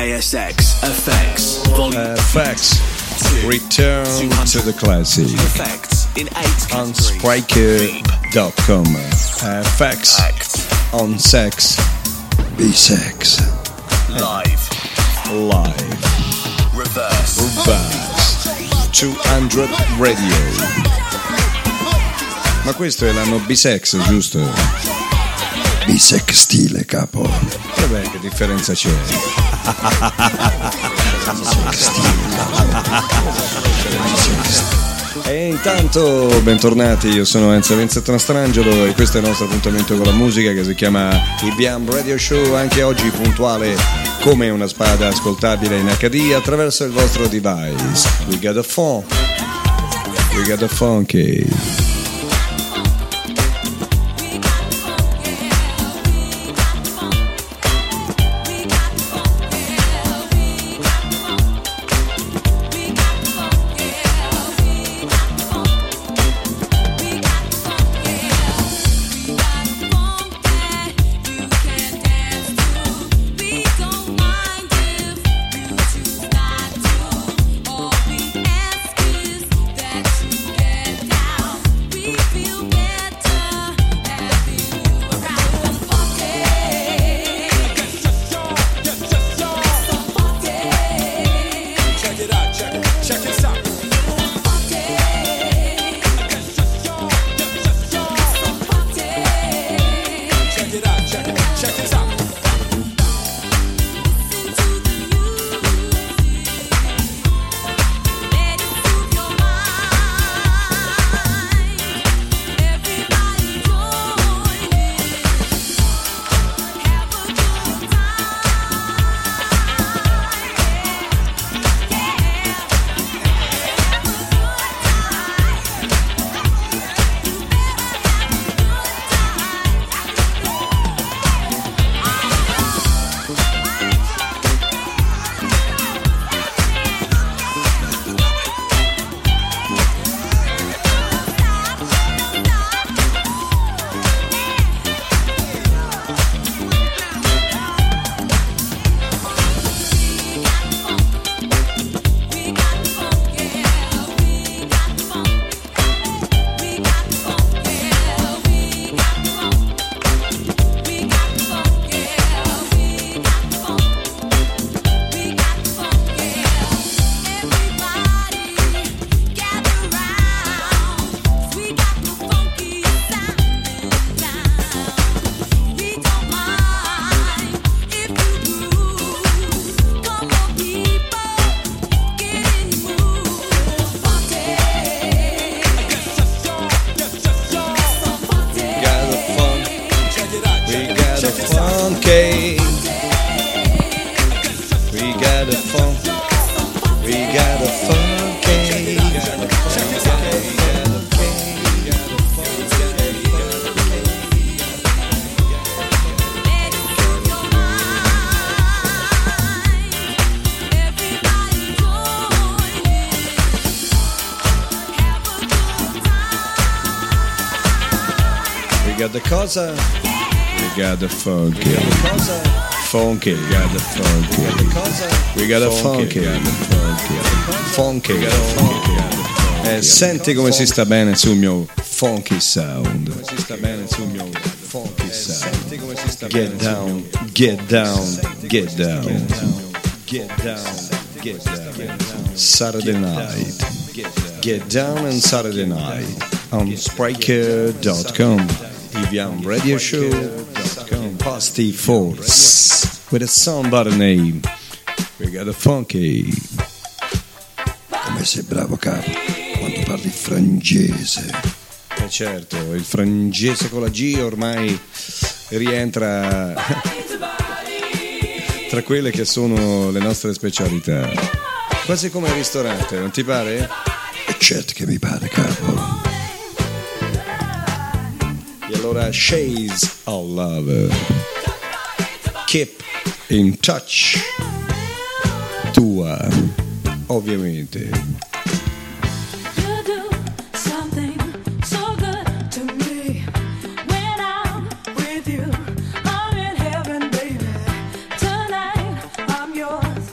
KSX FX Volume FX Return to the Classic Effects in 8 on Spreaker.com. FX on Sex B-Sex Live Reverse 200 Radio. Ma questo è l'anno bisex, giusto? Bisex stile, capo. Vabbè, che differenza c'è? E intanto bentornati, io sono Enzo Vinzetto Nastrangelo e questo è il nostro appuntamento con la musica che si chiama IBM Radio Show, anche oggi puntuale come una spada, ascoltabile in HD attraverso il vostro device. We got a phone, we got a funky. Cosa? We got the funky. Funky. We got the funky. We got the funky. Funky. Senti come si sta bene sul mio funky sound. Get down, get down, get down. Get down, get down. Saturday night. Get down on Saturday night on Spreaker.com. IBM Radio Show Pasty Force with a somebody name. We got a funky. Come sei bravo, capo, quando parli francese. Certo, il francese con la G ormai rientra tra quelle che sono le nostre specialità. Quasi come al ristorante, non ti pare? E certo che mi pare, capo. Allora, Shades of Love, Keep in Touch, tua, ovviamente. With you, I'm in heaven, baby. Tonight, I'm yours.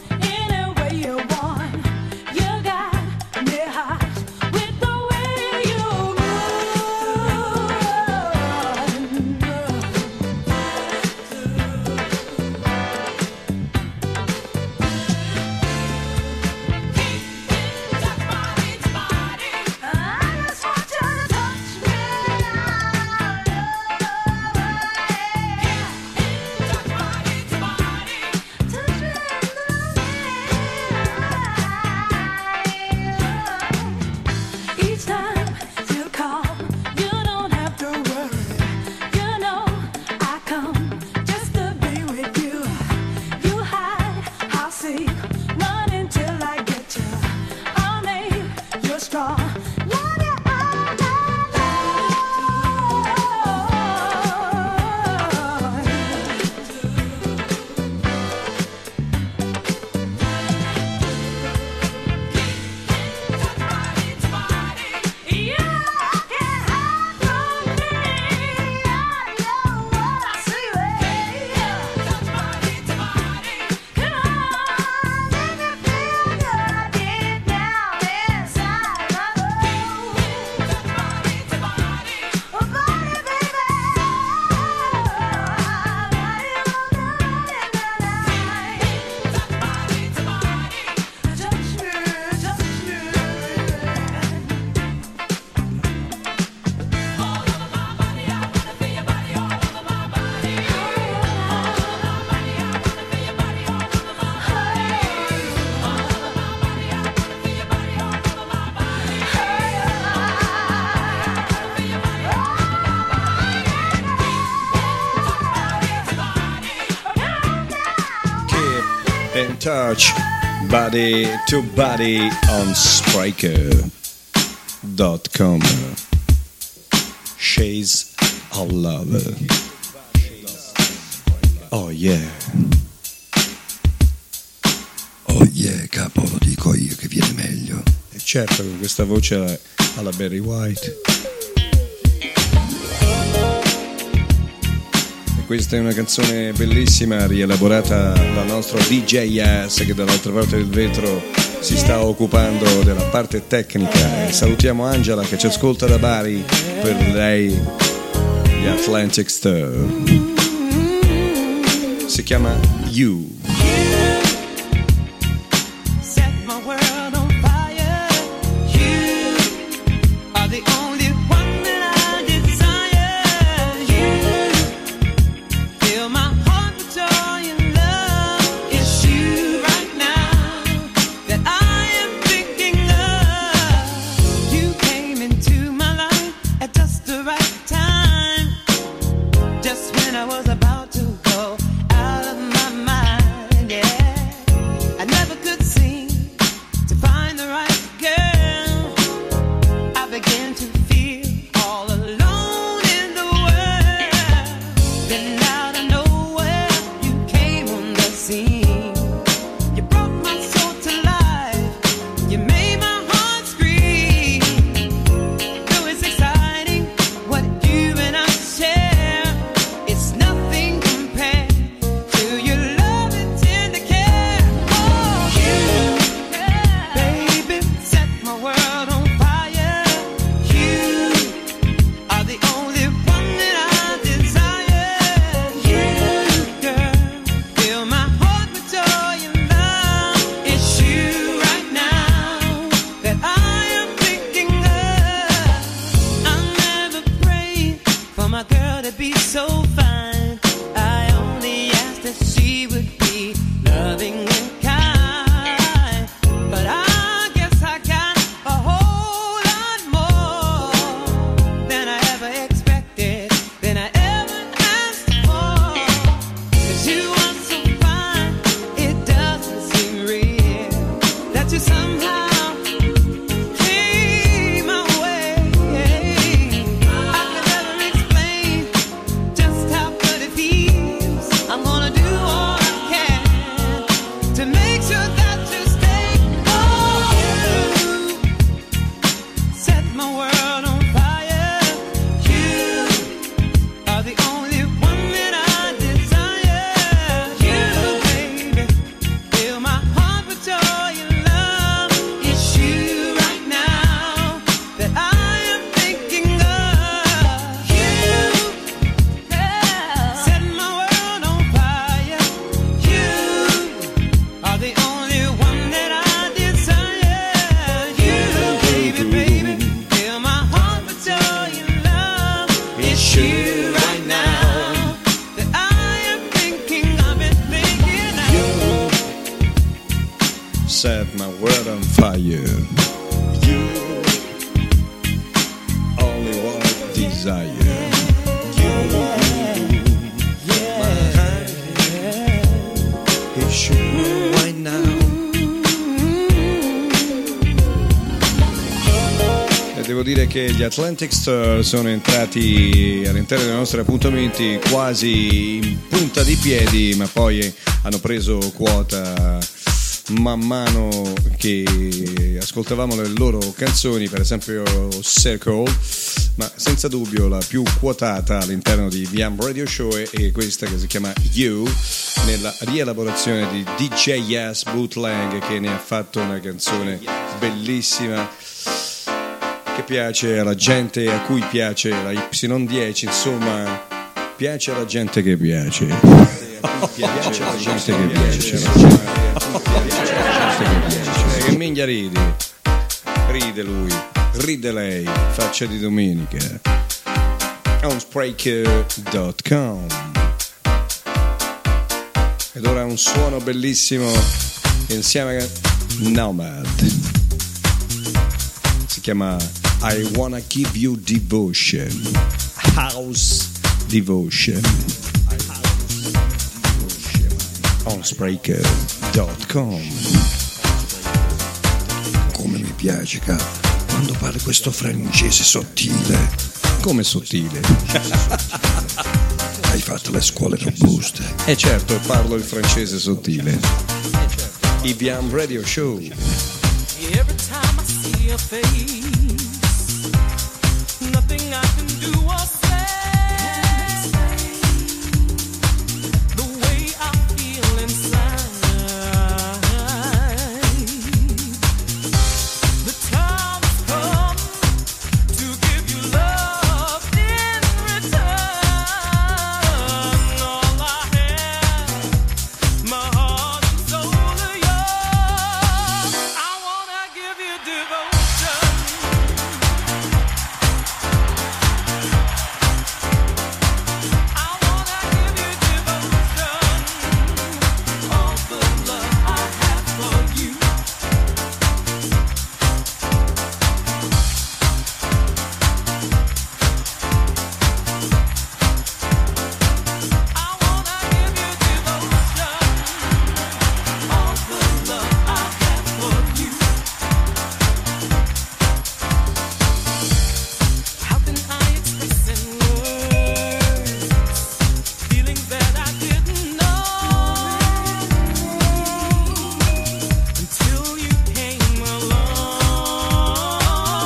in touch body to body on Spreaker.com. Shades of Love. Oh yeah. Oh yeah, capo, lo dico io che viene meglio. E certo, con questa voce alla Barry White. E questa è una canzone bellissima, rielaborata dal nostro DJ S, che dall'altra parte del vetro si sta occupando della parte tecnica. E salutiamo Angela che ci ascolta da Bari, per lei gli Atlantic Star. Si chiama You. Set my world on fire. You only one desire. You, my heart is sure right now. E devo dire che gli Atlantic Star sono entrati all'interno dei nostri appuntamenti quasi in punta di piedi, ma poi hanno preso quota man mano che ascoltavamo le loro canzoni, per esempio Circle, ma senza dubbio la più quotata all'interno di VM Radio Show è questa che si chiama You, nella rielaborazione di DJ S Bootleg, che ne ha fatto una canzone bellissima che piace alla gente, a cui piace la Y10, insomma piace alla gente che piace. Piace alla gente che piace. Che minchia ridi? Ride lui, ride lei, faccia di domenica. On Spreaker.com. Ed ora un suono bellissimo insieme a Nomad. Si chiama I Wanna Give You Devotion. House Devotion. on Spreaker.com. Come mi piace, capo, quando parli questo francese sottile. Come sottile? Hai fatto le scuole robuste. Certo, parlo il francese sottile. IBM Radio Show. Every time I see your face, nothing I can do or say, the way I feel inside, the time has come to give you love in return. All I have, my heart and soul are yours. I wanna give you devotion. I wanna give you devotion. All the love I have for you. I wanna give you devotion. All the love I have for you. How can I express in words feelings that I didn't know until you came along?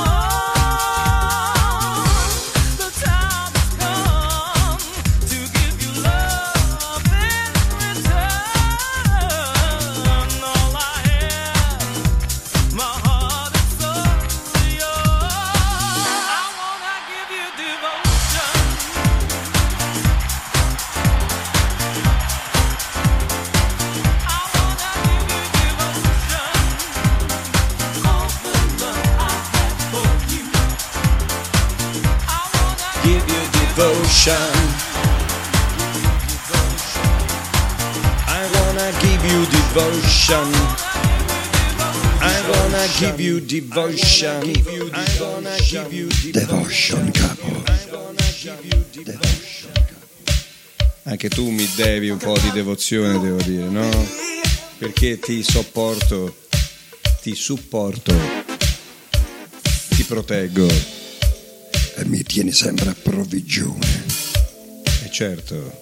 The time has come to give you love in return. All I have, my heart and soul are yours. I wanna give you devotion. I wanna give you devotion. All the love I have for you. I wanna Give you devotion. I wanna give you devotion. I wanna give you devotion. I wanna give you Devotion, capo. Anche tu mi devi un po' di devozione, devo dire, no? Perché ti sopporto, ti supporto, ti proteggo. E mi tieni sempre a provvigione. E certo.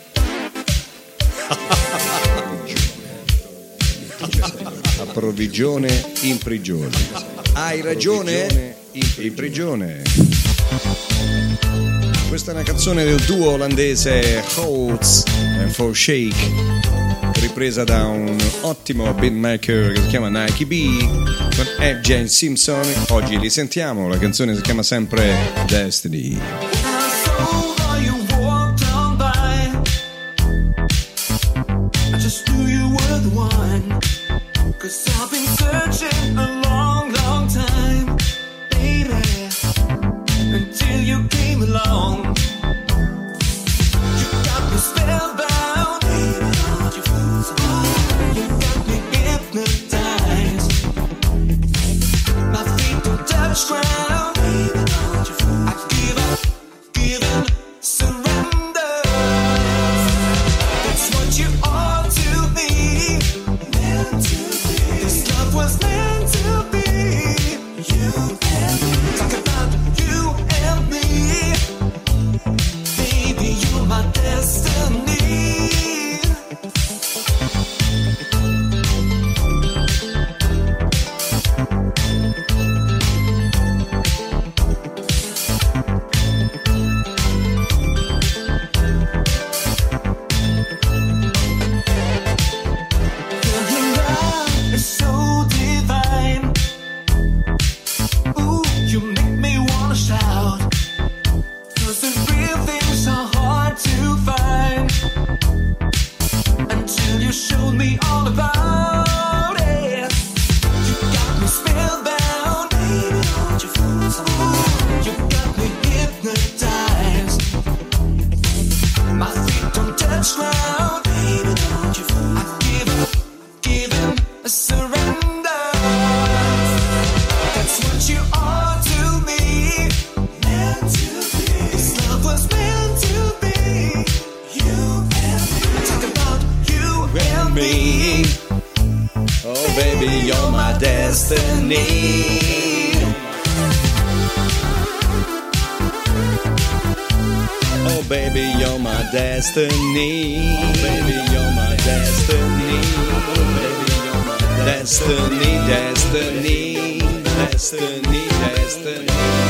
A provvigione in prigione. Hai ragione? In prigione. Questa è una canzone del duo olandese Holtz for Shake, ripresa da un ottimo beatmaker che si chiama Nike B con Jane Simpson. Oggi li sentiamo, la canzone si chiama sempre Destiny. I saw how you walked on by. I just knew you were the one. 'Cause I've been searching a long, long time, baby, until you came along. You got me spellbound, baby, don't you feel so good? You got me hypnotized. My feet don't touch ground, baby, don't you feel I give up, give in, surrender. That's what you are to me. Meant to be. This love was meant to be. You and me. Talk about you and me. Baby, you're my destiny. Your love is so divine. Ooh, you make me wanna shout. 'Cause the real things are hard to find until you showed me all about it. You got me spellbound, baby, don't you feel so good? You got me hypnotized. My feet don't touch ground, baby, don't you feel I give up, give in, surrender. That's what you are to me. Meant to be. This love was meant to be. You and me. Talk about you and me. Oh baby, you're my destiny. Oh baby, you're my destiny. Oh baby, you're my destiny. Oh baby, you're my destiny, destiny, destiny, destiny.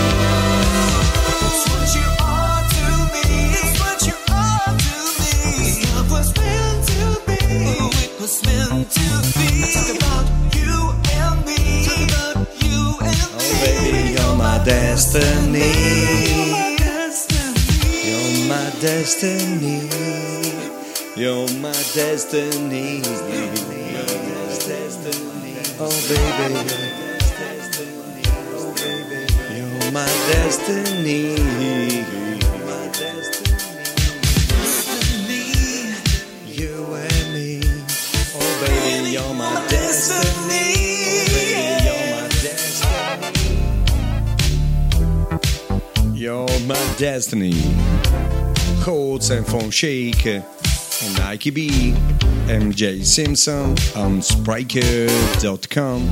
It's what you are to me. It's what you are to me. Love was meant to be. Oh, it was meant to be. Talk about you and me. Talk about you and me. Oh baby, you're my destiny. My destiny, you're my destiny, oh baby, you're my destiny, you and me, oh baby, you're my destiny, you're my destiny. Codes and Phone Shake and Nike B, MJ Simpson on Spreaker.com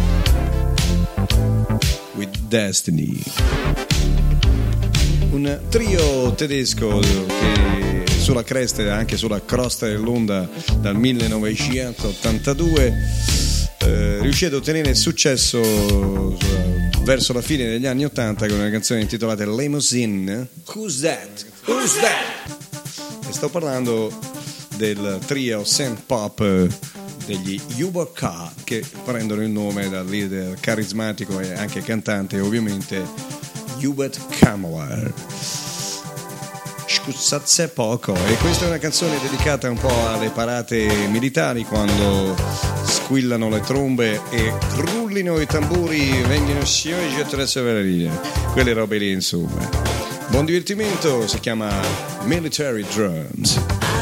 with Destiny. Un trio tedesco che sulla cresta, anche sulla crosta dell'onda dal 1982 riuscì ad ottenere successo verso la fine degli anni 80 con una canzone intitolata Limousine. Who's that? Who's that? E sto parlando del trio synth pop degli Hubert, che prendono il nome dal leader carismatico e anche cantante, ovviamente, Hubert Kamler. Scussazze poco. E questa è una canzone dedicata un po' alle parate militari, quando squillano le trombe e rullino i tamburi, vengono scioglie attraverso le linee, quelle robe lì, insomma. Buon divertimento, si chiama Military Drums.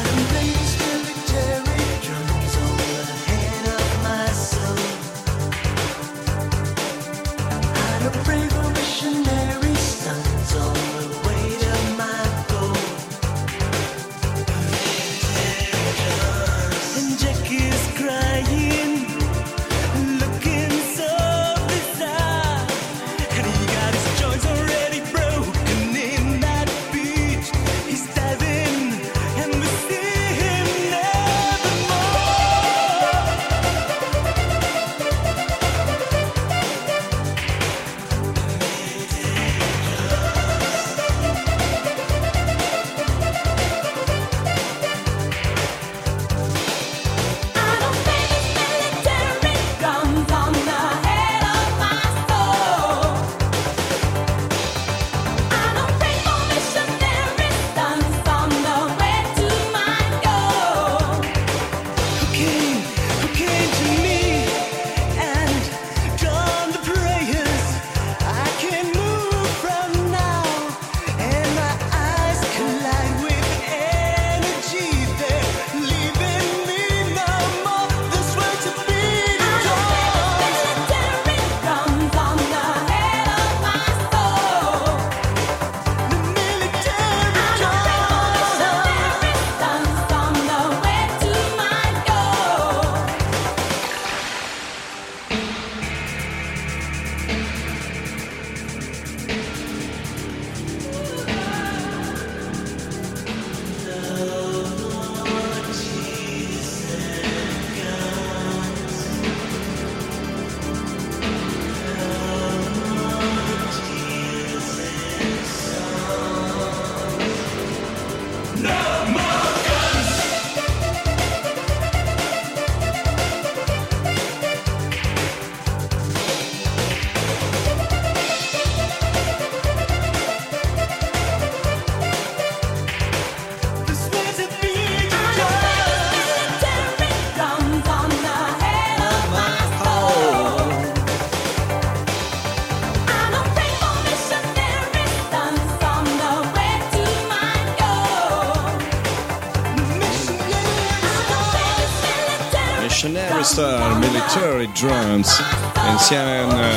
Star Military Drums insieme a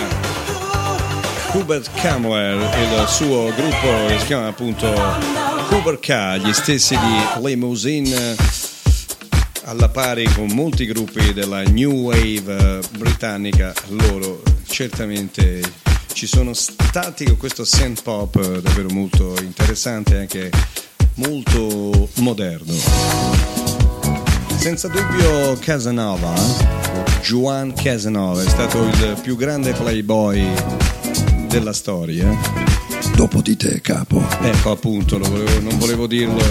Hubert Kamler e il suo gruppo che si chiama appunto Hubert K, gli stessi di Limousine, alla pari con molti gruppi della New Wave britannica, loro certamente ci sono stati con questo synth pop davvero molto interessante e anche molto moderno. Senza dubbio Casanova, Juan Casanova, è stato il più grande playboy della storia. Dopo di te, capo. Ecco, appunto, non volevo dirlo.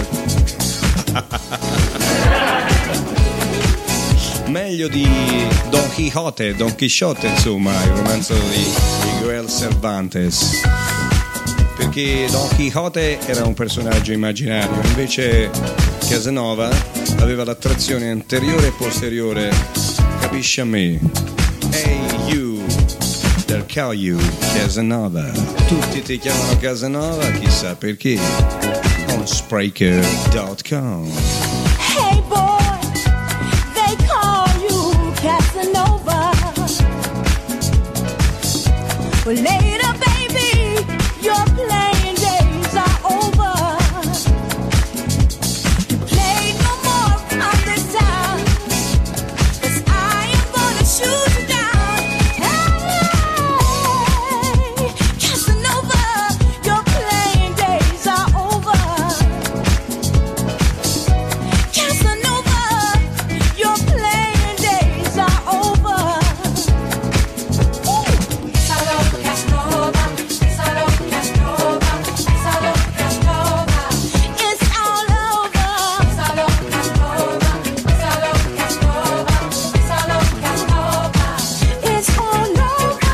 Meglio di Don Chisciotte, insomma, il romanzo di Miguel Cervantes. Perché Don Chisciotte era un personaggio immaginario, invece Casanova aveva l'attrazione anteriore e posteriore, capisci a me? Hey you, they'll call you Casanova. Tutti ti chiamano Casanova, chissà perché. On Spreaker.com. Hey boy, they call you Casanova. Well, later, baby, your playing days are over. You play no more on this town, 'cause I am gonna shoot you down. Hey, Casanova, your playing days are over. Casanova, your playing days are over. It's all over. It's all over.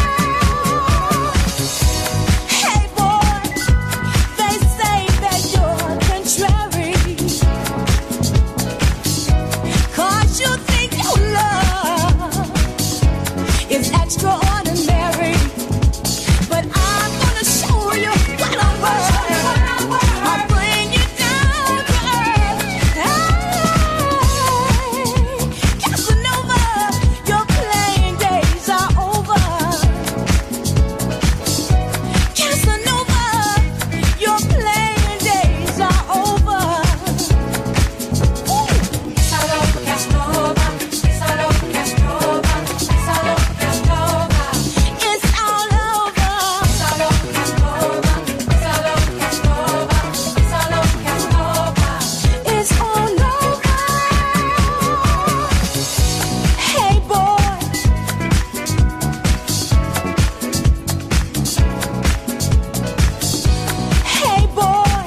Hey boy, they say that you're contrary, 'cause you think your love is extraordinary. But I'm gonna show you what I'm worth. I'll bring you down to earth. Hey, Casanova, your playing days are over. Casanova, your playing days are over. It's all over. It's all over. Hey boy, hey boy.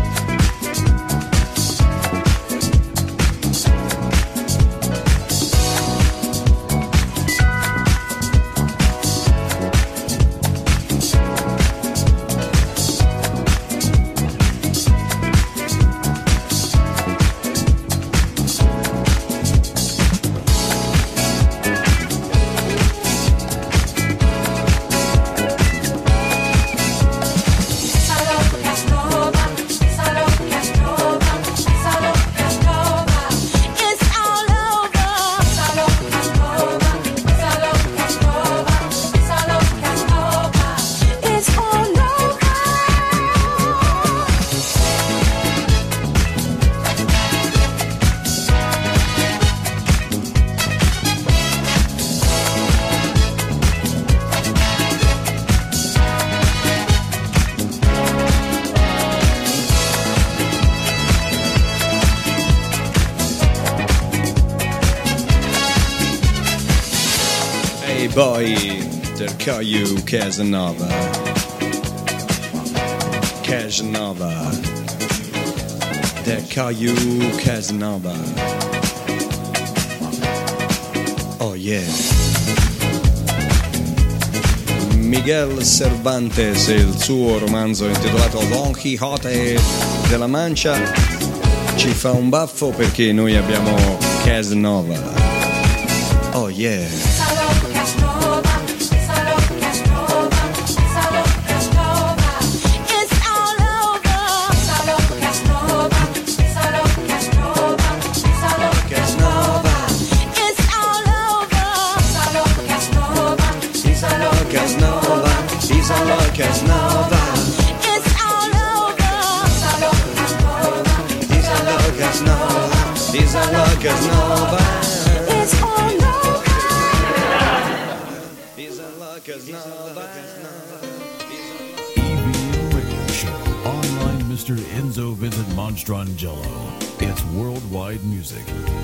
It's all over. It's all over. Hey boy, they'll call you Casanova. Casanova. They'll call you Casanova. Oh yeah. Miguel Cervantes e il suo romanzo intitolato Don Quixote della Mancia ci fa un baffo perché noi abbiamo Casanova. Oh yeah. It's all over. Casanova. It's all over. He's a look Casanova. He's a look Casanova. It's all over. He's a look Casanova. He's a luck as nobody. It's all no He's a luck as nobody. EBU Radio Show. Online Mr. Enzo Vincent Monstrangelo. It's worldwide music.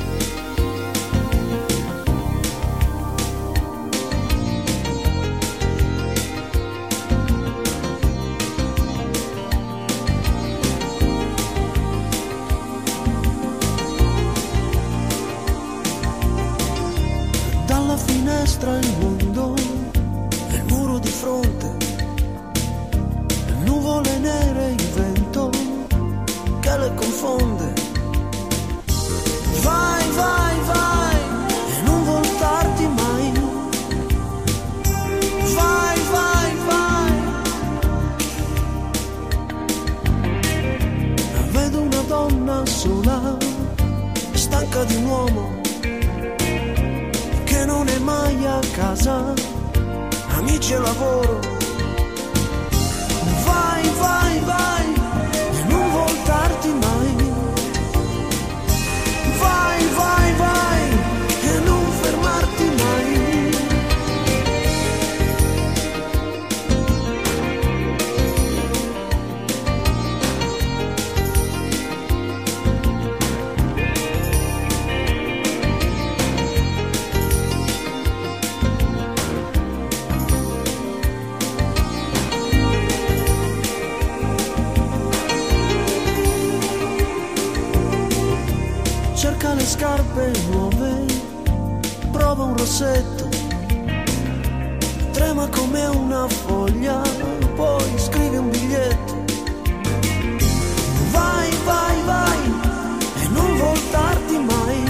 Dalla finestra il mondo, il muro di fronte, le nuvole nere, il vento che le confonde. Vai, vai, vai e non voltarti mai. Vai, vai, vai. Vedo una donna sola, stanca di un uomo che non è mai a casa, amici e lavoro. Vai, vai, vai e non voltarti mai. Vai, vai, vai e non fermarti mai. Cerca le scarpe nuove, prova un rossetto, trema come una foglia, poi scrivi un biglietto. Vai, vai, vai e non voltarti mai.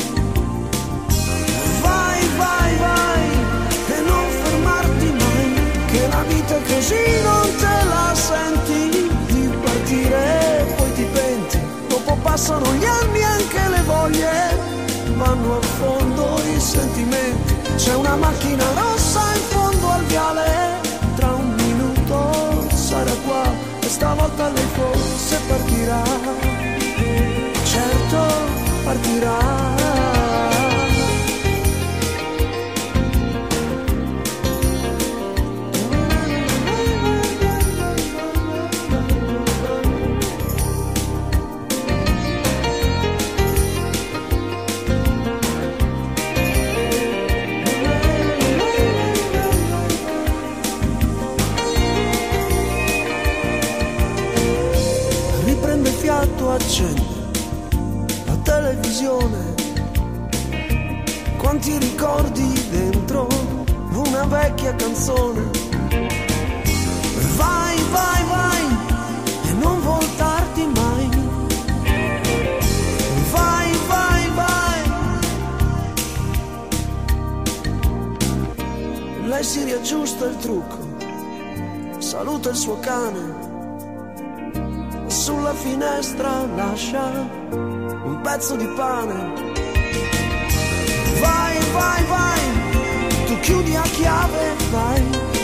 Vai, vai, vai e non fermarti mai, che la vita è così, non te la senti di partire, poi ti penti. Dopo passano gli anni, anche le voglie vanno a fondo, i sentimenti. C'è una macchina rossa in fondo al viale, tra un minuto sarà qua e stavolta lei forse partirà. Certo partirà. Accende la televisione, quanti ricordi dentro una vecchia canzone. Vai, vai, vai e non voltarti mai. Vai, vai, vai. Lei si riaggiusta il trucco, saluta il suo cane, sulla finestra lascia un pezzo di pane. Vai, vai, vai, tu chiudi a chiave, vai.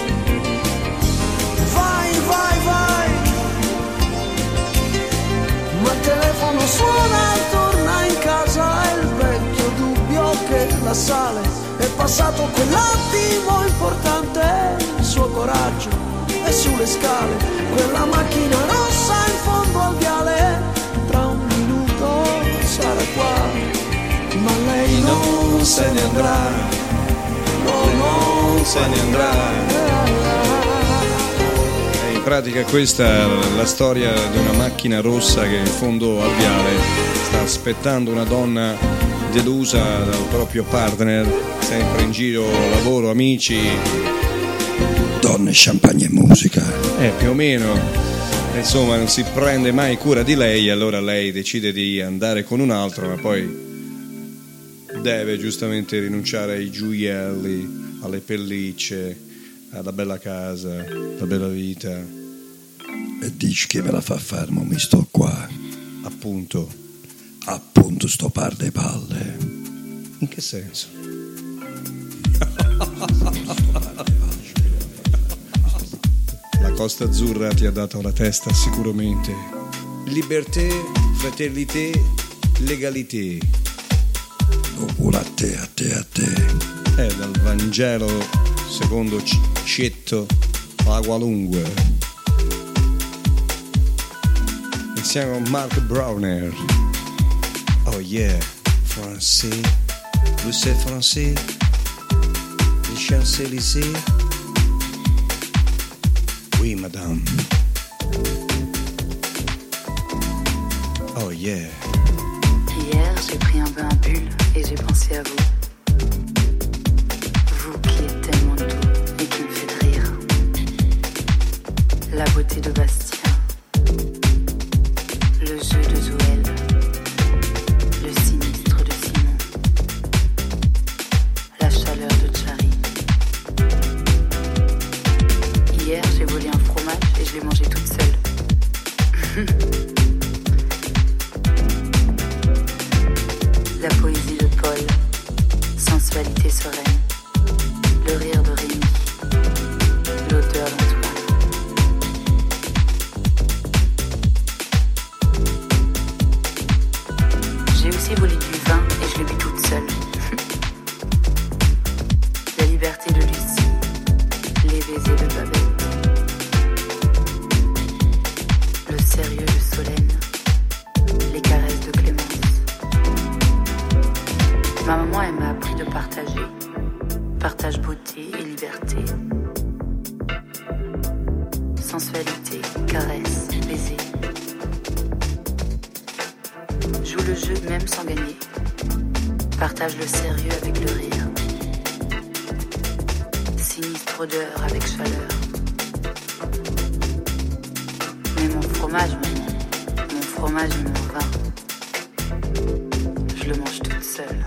Vai, vai, vai. Ma il telefono suona, torna in casa, è il vecchio dubbio che l'assale. È passato quell'attimo importante, il suo coraggio è sulle scale. Quella macchina rossa in fondo al viale, tra un minuto sarà qua, ma lei non se ne andrà, no, non se ne andrà. In pratica questa è la storia di una macchina rossa che in fondo al viale sta aspettando una donna delusa dal proprio partner, sempre in giro, lavoro, amici. Donne, champagne e musica. Più o meno. Insomma, non si prende mai cura di lei, allora lei decide di andare con un altro, ma poi deve giustamente rinunciare ai gioielli, alle pellicce, alla bella casa, alla bella vita. E dici che me la fa fare, ma mi sto qua. Appunto. Appunto sto par de palle. In che senso? La Costa Azzurra ti ha dato la testa sicuramente. Liberté, fraternité, Legalité. Dopo a te. È dal Vangelo secondo Cetto la qualunque. Iniziamo con Mark Browner. Oh yeah, français. Vous c'est français? Les Champs-Élysées? Oui, madame. Oh yeah. Hier, j'ai pris un bain à bulles et j'ai pensé à vous. Vous qui êtes tellement doux et qui me faites rire. La beauté de Bastien. Le jeu de Joël. Le sinistre de Simon. La chaleur de Charlie. Hier, j'ai volé un fromage et je l'ai mangé toute seule. La poésie de Paul, sensualité sereine, le rire de Rémi, l'odeur d'Antoine. J'ai aussi volé du vin et je l'ai bu toute seule. La liberté de Lucie, les baisers de Babette, le sérieux de Solène, les caresses de Clémence. Ma maman, elle m'a appris de partager. Partage beauté et liberté. Sensualité, caresse, baiser. Joue le jeu même sans gagner. Partage le sérieux avec le rire. Sinistre odeur avec chaleur. Mais mon fromage, maman, mon fromage et mon vin, je le mange toute seule.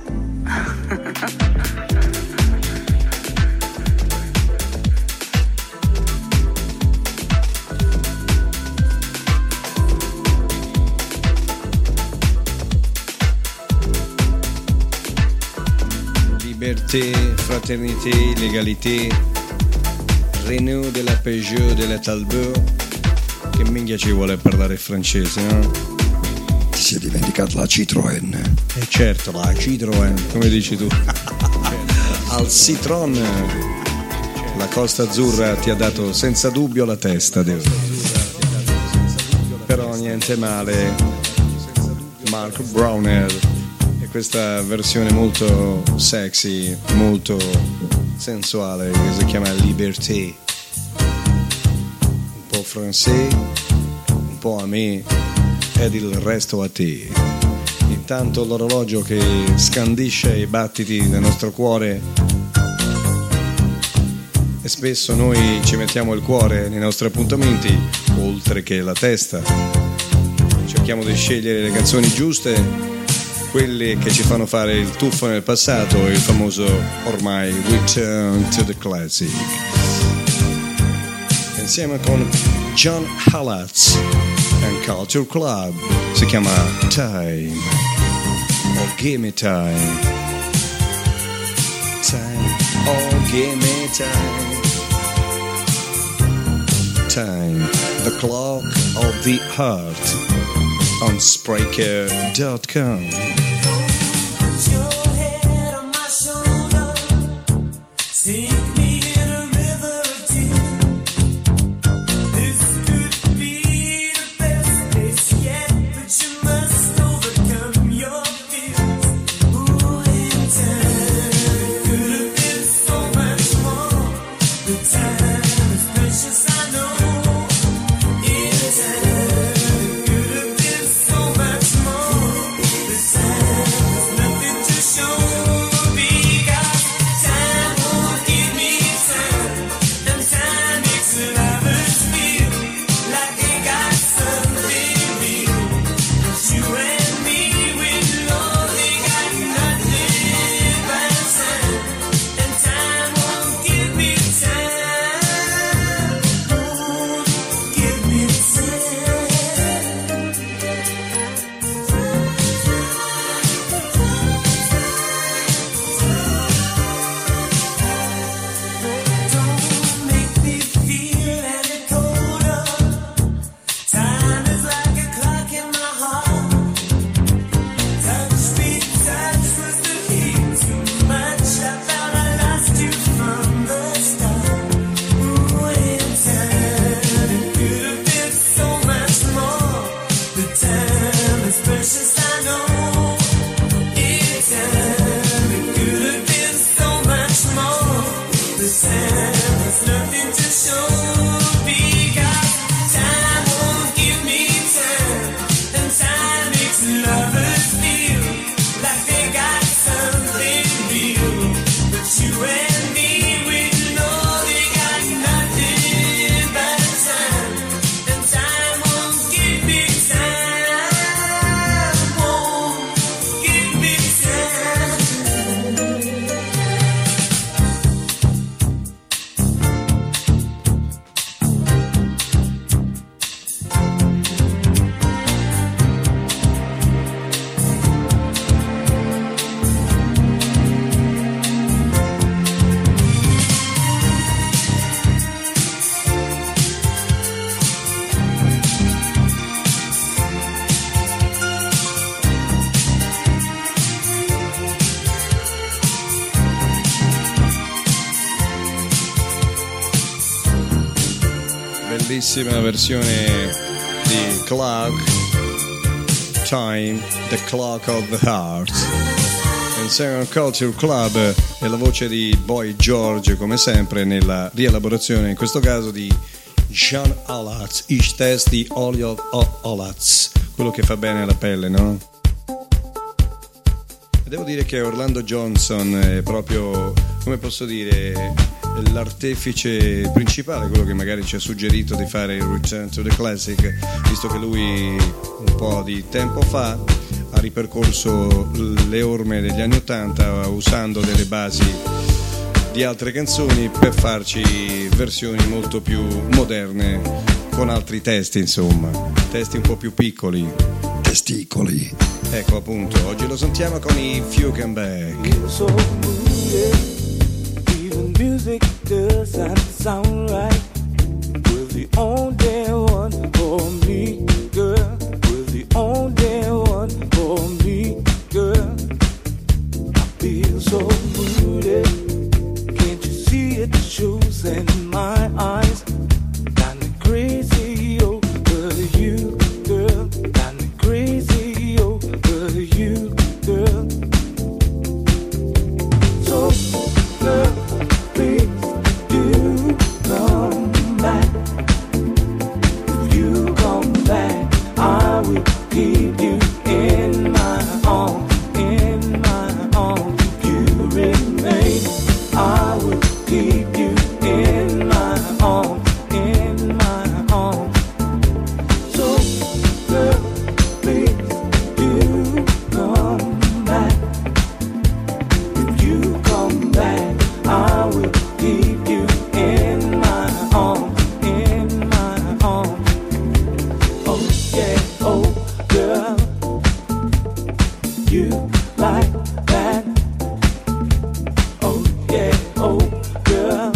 Liberté, fraternité, légalité, Renault della Peugeot della Talbot. Che minchia ci vuole parlare francese, no? Ti sei dimenticato la Citroën. E certo, la Citroën, come dici tu. Al Citron la Costa Azzurra ti ha dato senza dubbio la testa, però niente male. Mark Browner e questa versione molto sexy, molto sensuale che si chiama Liberté, un po' français, un po' a me ed il resto a te. Intanto l'orologio che scandisce i battiti del nostro cuore, e spesso noi ci mettiamo il cuore nei nostri appuntamenti oltre che la testa. Cerchiamo di scegliere le canzoni giuste, quelle che ci fanno fare il tuffo nel passato, il famoso ormai Return to the Classic. Insieme con John Halatz and Culture Club, si chiama Time, o Gimme Time, Time, oh gimme time, Time, the clock of the heart, on Spreaker.com. Time. bellissima versione di Clock Time, The Clock of the Heart. Second Culture Club e la voce di Boy George, come sempre, nella rielaborazione, in questo caso di John Olatz, Ich test di Olio Olatz, quello che fa bene alla pelle, no? E devo dire che Orlando Johnson è proprio, come posso dire, l'artefice principale, quello che magari ci ha suggerito di fare il Return to the Classic, visto che lui un po' di tempo fa ha ripercorso le orme degli anni '80 usando delle basi di altre canzoni per farci versioni molto più moderne con altri testi, insomma, testi un po' più piccoli, testicoli. Ecco appunto, oggi lo sentiamo con i If You Come Back. So even music doesn't sound right. We're the only one for me, girl. We're the only one for me, girl. I feel so moody. Can't you see it shows in my eyes? Got me crazy over you, girl. Got me crazy over you, girl. So, girl, please do come back. If you come back, I will keep you in my arms, in my arms. If you remain, I will keep you in my arms, in my arms. So, girl, please do come back. If you come back, I will keep you in my arms, in my arms. Oh yeah, oh girl, you like that? Oh yeah, oh girl,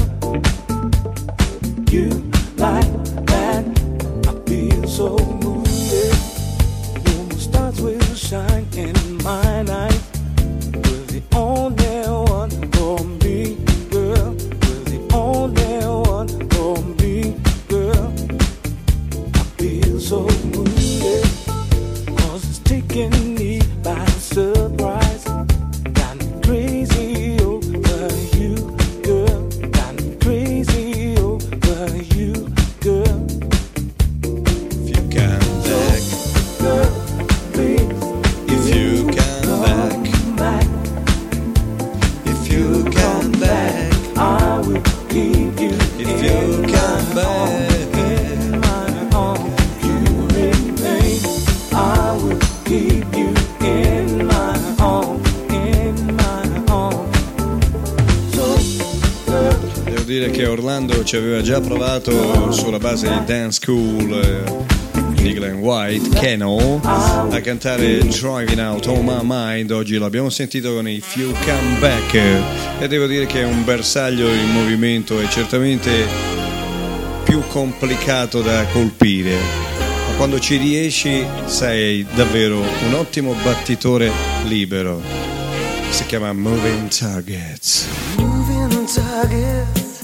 you like that? I feel so moody. When the stars will shine in my night, we're the only one for me, girl. We're the only one for me, girl. I feel so moody, 'cause it's taking me by surprise. Got me crazy over you, girl. Got me crazy over you, girl. If you come back, Girl, please if you come back, come back. if you come back, I will keep you if you come back. in my arms. You remain, I will keep you in my arms, in my arms. So, girl, Devo dire che Orlando ci aveva già provato sulla base di Dance School di Glenn White, Keno, a cantare Driving Out on My Mind. Oggi l'abbiamo sentito con i Few Come Back e devo dire che è un bersaglio in movimento e certamente più complicato da colpire, ma quando ci riesci sei davvero un ottimo battitore libero. Si chiama Moving Targets. moving targets,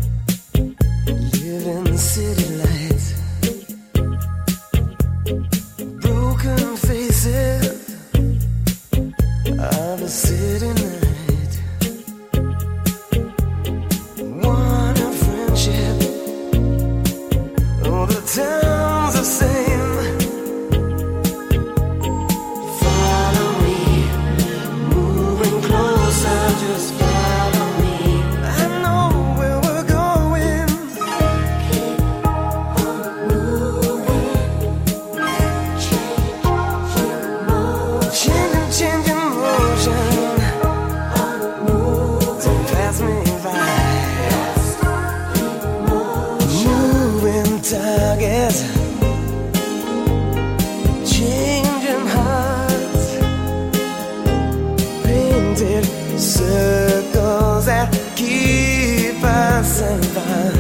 living city lights, broken faces of a city night. One of friendship, oh, the town's the same. Follow me, moving closer, just follow me. I know where we're going. Keep on moving, changing motion. Don't pass me by. Moving targets, changing hearts, painted circles that keep us apart.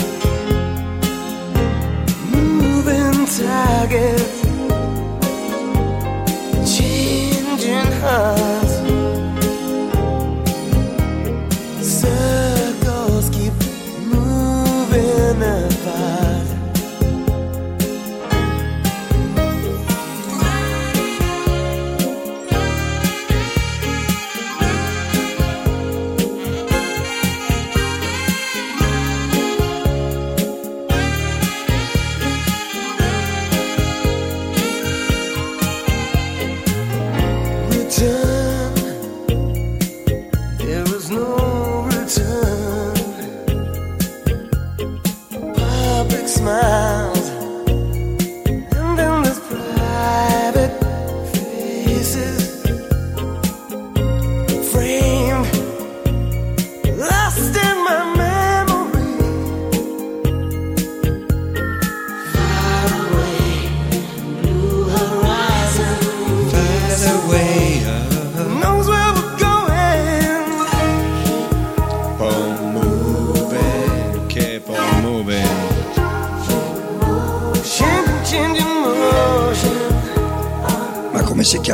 Moving targets, changing hearts, circles keep moving apart.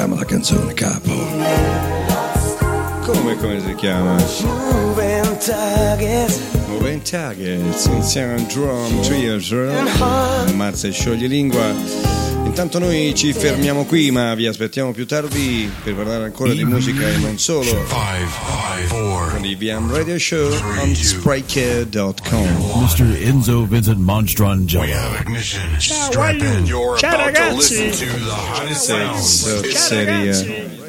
chiama la canzone, capo? Come si chiama? Moving targets. Moving Targets insieme a Drum Theater. Ammazza e scioglie lingua. Intanto noi ci fermiamo qui, ma vi aspettiamo più tardi per parlare ancora di musica e non solo con il VM Radio Show on Spreaker.com. Mr. Enzo Vincent Monstrangelo. Ciao ragazzi. Seria.